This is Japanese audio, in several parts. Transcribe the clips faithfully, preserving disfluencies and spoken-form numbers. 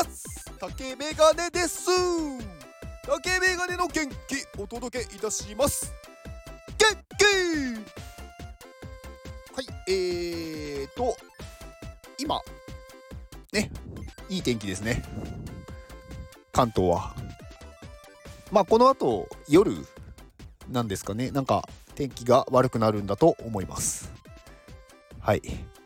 ます竹メガネです。竹メガネの元気お届けいたします。元気はいえーと今ねいい天気ですね、関東は。まあこの後夜なんですかね、なんか天気が悪くなるんだと思います。はい、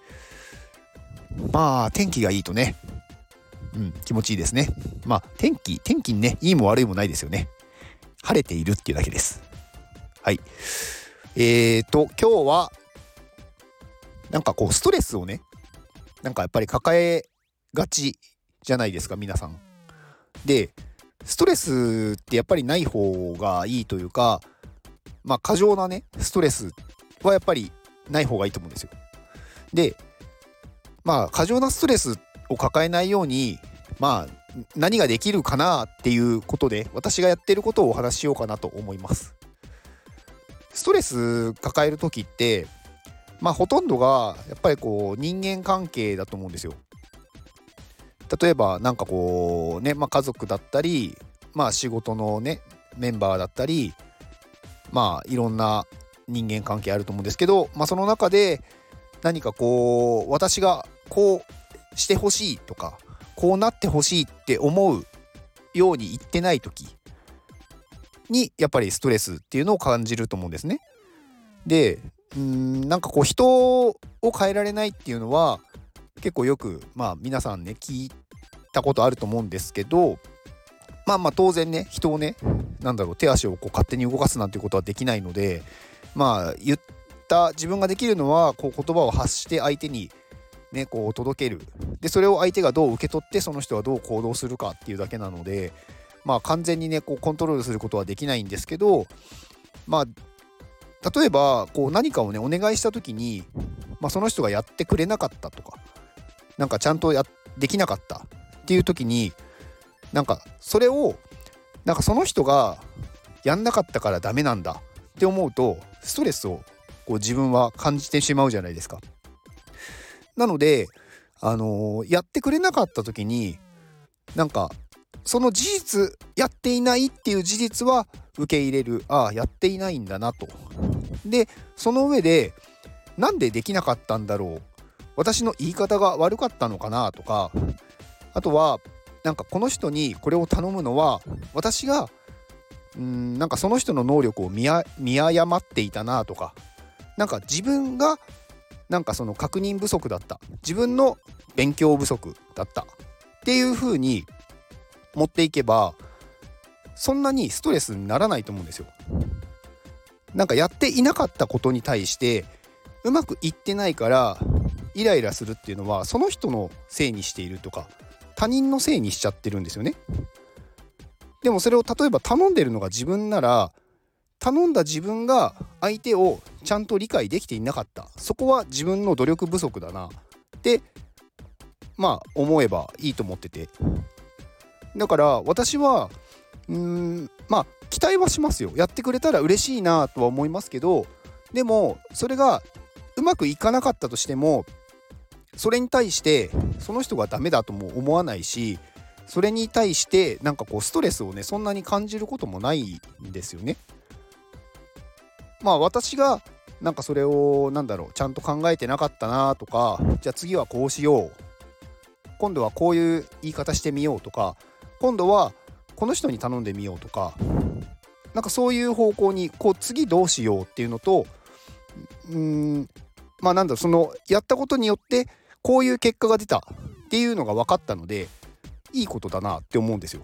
まあ天気がいいとね、うん、気持ちいいですね。まあ天気天気にねいいも悪いもないですよね。晴れているっていうだけです。はいえーと今日はなんかこうストレスをねなんかやっぱり抱えがちじゃないですか皆さん。でストレスってやっぱりない方がいいというか、まあ過剰なねストレスはやっぱりない方がいいと思うんですよ。でまあ過剰なストレスを抱えないようにまあ何ができるかなっていうことで私がやってることをお話ししようかなと思います。ストレス抱える時ってまあほとんどがやっぱりこう人間関係だと思うんですよ。例えばなんかこうね、まあ、家族だったり、まあ、仕事のねメンバーだったり、まあいろんな人間関係あると思うんですけど、まあ、その中で何かこう私がこうしてほしいとかこうなってほしいって思うように言ってない時にやっぱりストレスっていうのを感じると思うんですね。でうーんなんかこう人を変えられないっていうのは結構よくまあ皆さんね聞いたことあると思うんですけど、まあまあ当然ね人をねなんだろう手足をこう勝手に動かすなんていうことはできないので、まあ言った自分ができるのはこう言葉を発して相手にねこう届ける。でそれを相手がどう受け取ってその人はどう行動するかっていうだけなので、まあ完全にねこうコントロールすることはできないんですけど、まあ例えばこう何かをねお願いした時に、まあ、その人がやってくれなかったとかなんかちゃんとやできなかったっていう時になんかそれをなんかその人がやんなかったからダメなんだって思うとストレスをこう自分は感じてしまうじゃないですか。なのであのー、やってくれなかった時になんかその事実やっていないっていう事実は受け入れる。ああやっていないんだなと。でその上でなんでできなかったんだろう、私の言い方が悪かったのかなとか、あとはなんかこの人にこれを頼むのは私がうーんなんかその人の能力を見や見誤っていたなとか、なんか自分がなんかその確認不足だった、自分の勉強不足だったっていう風に持っていけばそんなにストレスにならないと思うんですよ。なんかやっていなかったことに対してうまくいってないからイライラするっていうのはその人のせいにしているとか他人のせいにしちゃってるんですよね。でもそれを例えば頼んでるのが自分なら、頼んだ自分が相手をちゃんと理解できていなかった、そこは自分の努力不足だなってまあ思えばいいと思ってて、だから私はうーんまあ期待はしますよ。やってくれたら嬉しいなとは思いますけど、でもそれがうまくいかなかったとしてもそれに対してその人がダメだとも思わないし、それに対してなんかこうストレスをねそんなに感じることもないんですよね。まあ私がなんかそれをなんだろうちゃんと考えてなかったなとか、じゃあ次はこうしよう、今度はこういう言い方してみようとか、今度はこの人に頼んでみようとか、なんかそういう方向にこう次どうしようっていうのと、うーんまあなんだろうそのやったことによってこういう結果が出たっていうのが分かったのでいいことだなって思うんですよ。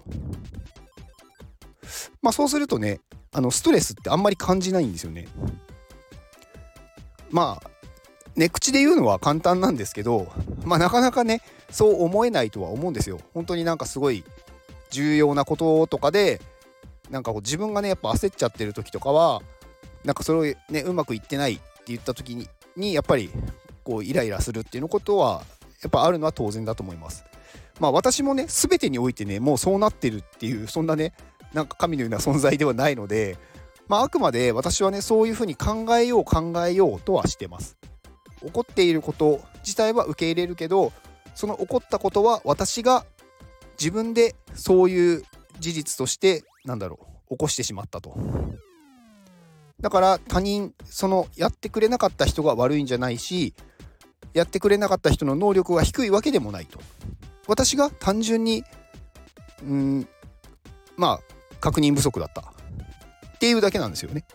まあそうするとねあのストレスってあんまり感じないんですよね。まあね口で言うのは簡単なんですけど、まあなかなかねそう思えないとは思うんですよ。本当になんかすごい重要なこととかでなんかこう自分がねやっぱ焦っちゃってる時とかはなんかそれをねうまくいってないって言った時ににやっぱりこうイライラするっていうことはやっぱあるのは当然だと思います。まあ私もね全てにおいてねもうそうなってるっていうそんなねなんか神のような存在ではないので、まああくまで私はねそういうふうに考えよう考えようとはしてます。起こっていること自体は受け入れるけど、その起こったことは私が自分でそういう事実としてなんだろう起こしてしまったと。だから他人、そのやってくれなかった人が悪いんじゃないし、やってくれなかった人の能力が低いわけでもないと。私が単純にうーんまあ確認不足だったっていうだけなんですよね。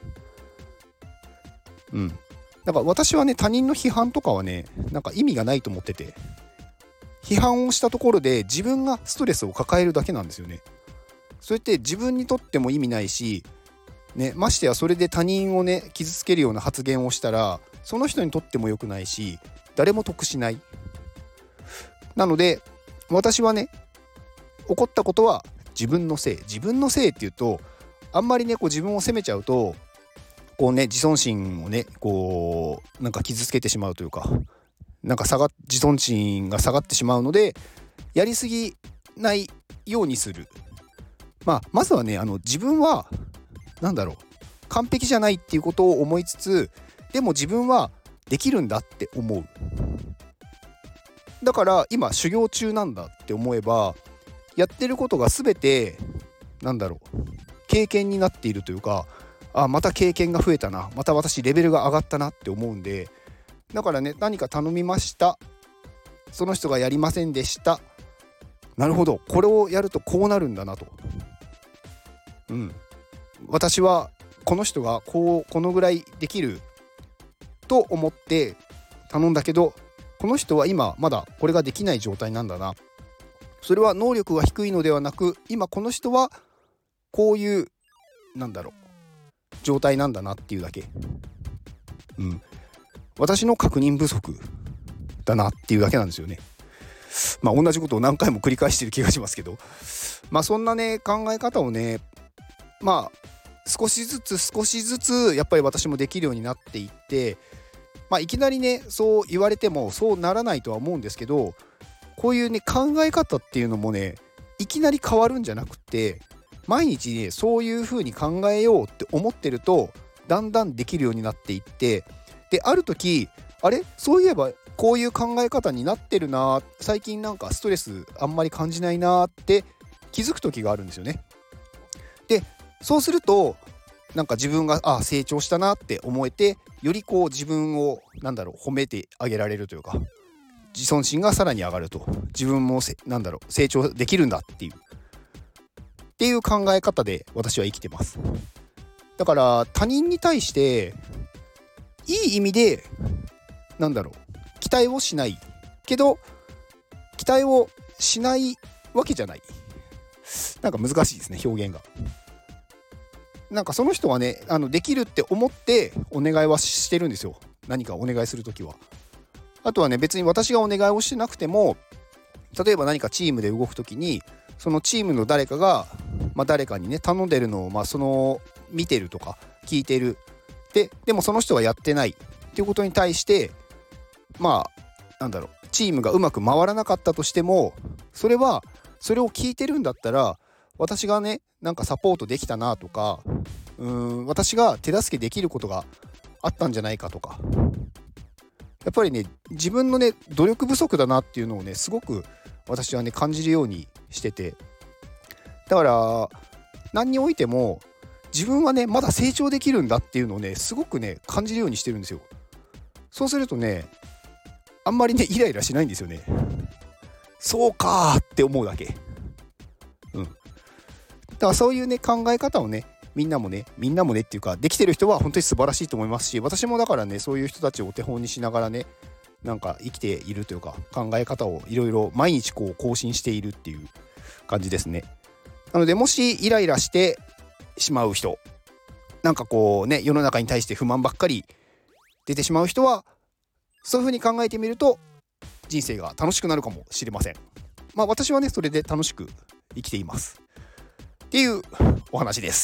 うん。だから私はね、他人の批判とかはね、なんか意味がないと思ってて、批判をしたところで自分がストレスを抱えるだけなんですよね。それって自分にとっても意味ないし、ね、ましてやそれで他人をね傷つけるような発言をしたら、その人にとっても良くないし、誰も得しない。なので私はね、起こったことは自分のせい、自分のせいっていうと、あんまりねこう自分を責めちゃうと、こうね自尊心をねこうなんか傷つけてしまうというか、なんか下が自尊心が下がってしまうので、やりすぎないようにする。まあまずはね、あの自分はなんだろう完璧じゃないっていうことを思いつつ、でも自分はできるんだって思う。だから今修行中なんだって思えば、やってることが全てなんだろう経験になっているというか、あ、また経験が増えたな、また私レベルが上がったなって思うんで、だからね、何か頼みました、その人がやりませんでした、なるほど、これをやるとこうなるんだなと。うん、私はこの人がこうこのぐらいできると思って頼んだけど、この人は今まだこれができない状態なんだな。それは能力が低いのではなく、今この人はこういうなんだろう状態なんだなっていうだけ。うん、私の確認不足だなっていうだけなんですよね。まあ同じことを何回も繰り返してる気がしますけど、まあそんなね考え方をね、まあ少しずつ少しずつやっぱり私もできるようになっていって、まあいきなりねそう言われてもそうならないとは思うんですけど、こういうね考え方っていうのもね、いきなり変わるんじゃなくて、毎日ねそういう風に考えようって思ってると、だんだんできるようになっていって、である時、あれそういえばこういう考え方になってるな、最近なんかストレスあんまり感じないなって気づく時があるんですよね。でそうするとなんか自分があ成長したなって思えて、よりこう自分をなんだろう褒めてあげられるというか、自尊心がさらに上がると、自分もせなんだろう成長できるんだっていうっていう考え方で私は生きてます。だから他人に対していい意味でなんだろう期待をしないけど、期待をしないわけじゃない。なんか難しいですね、表現が。なんかその人はねあのできるって思ってお願いはしてるんですよ、何かお願いするときは。あとはね、別に私がお願いをしてなくても、例えば何かチームで動くときに、そのチームの誰かが、まあ、誰かにね頼んでるのを、まあ、その見てるとか聞いてる、ででもその人はやってないっていうことに対して、まあなんだろうチームがうまく回らなかったとしても、それはそれを聞いてるんだったら、私がねなんかサポートできたなとか、うーん私が手助けできることがあったんじゃないかとか、やっぱりね自分のね努力不足だなっていうのをねすごく私はね感じるようにしてて、だから何においても自分はねまだ成長できるんだっていうのをねすごくね感じるようにしてるんですよ。そうするとねあんまりねイライラしないんですよね。そうかーって思うだけ。うん。だからそういうね考え方をねみんなもねみんなもねっていうかできてる人は本当に素晴らしいと思いますし、私もだからねそういう人たちをお手本にしながらねなんか生きているというか、考え方をいろいろ毎日こう更新しているっていう感じですね。なのでもしイライラしてしまう人、なんかこうね世の中に対して不満ばっかり出てしまう人は、そういう風に考えてみると人生が楽しくなるかもしれません。まあ私はねそれで楽しく生きていますっていうお話です。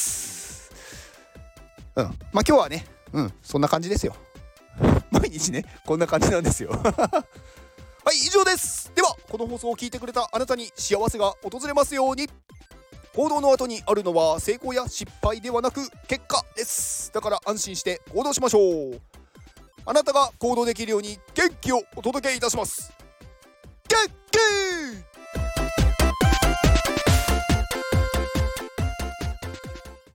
うん、まあ今日はね、うんそんな感じですよ。毎日ねこんな感じなんですよ。はい以上です。ではこの放送を聞いてくれたあなたに幸せが訪れますように。行動の後にあるのは成功や失敗ではなく結果です。だから安心して行動しましょう。あなたが行動できるように元気をお届けいたします。元気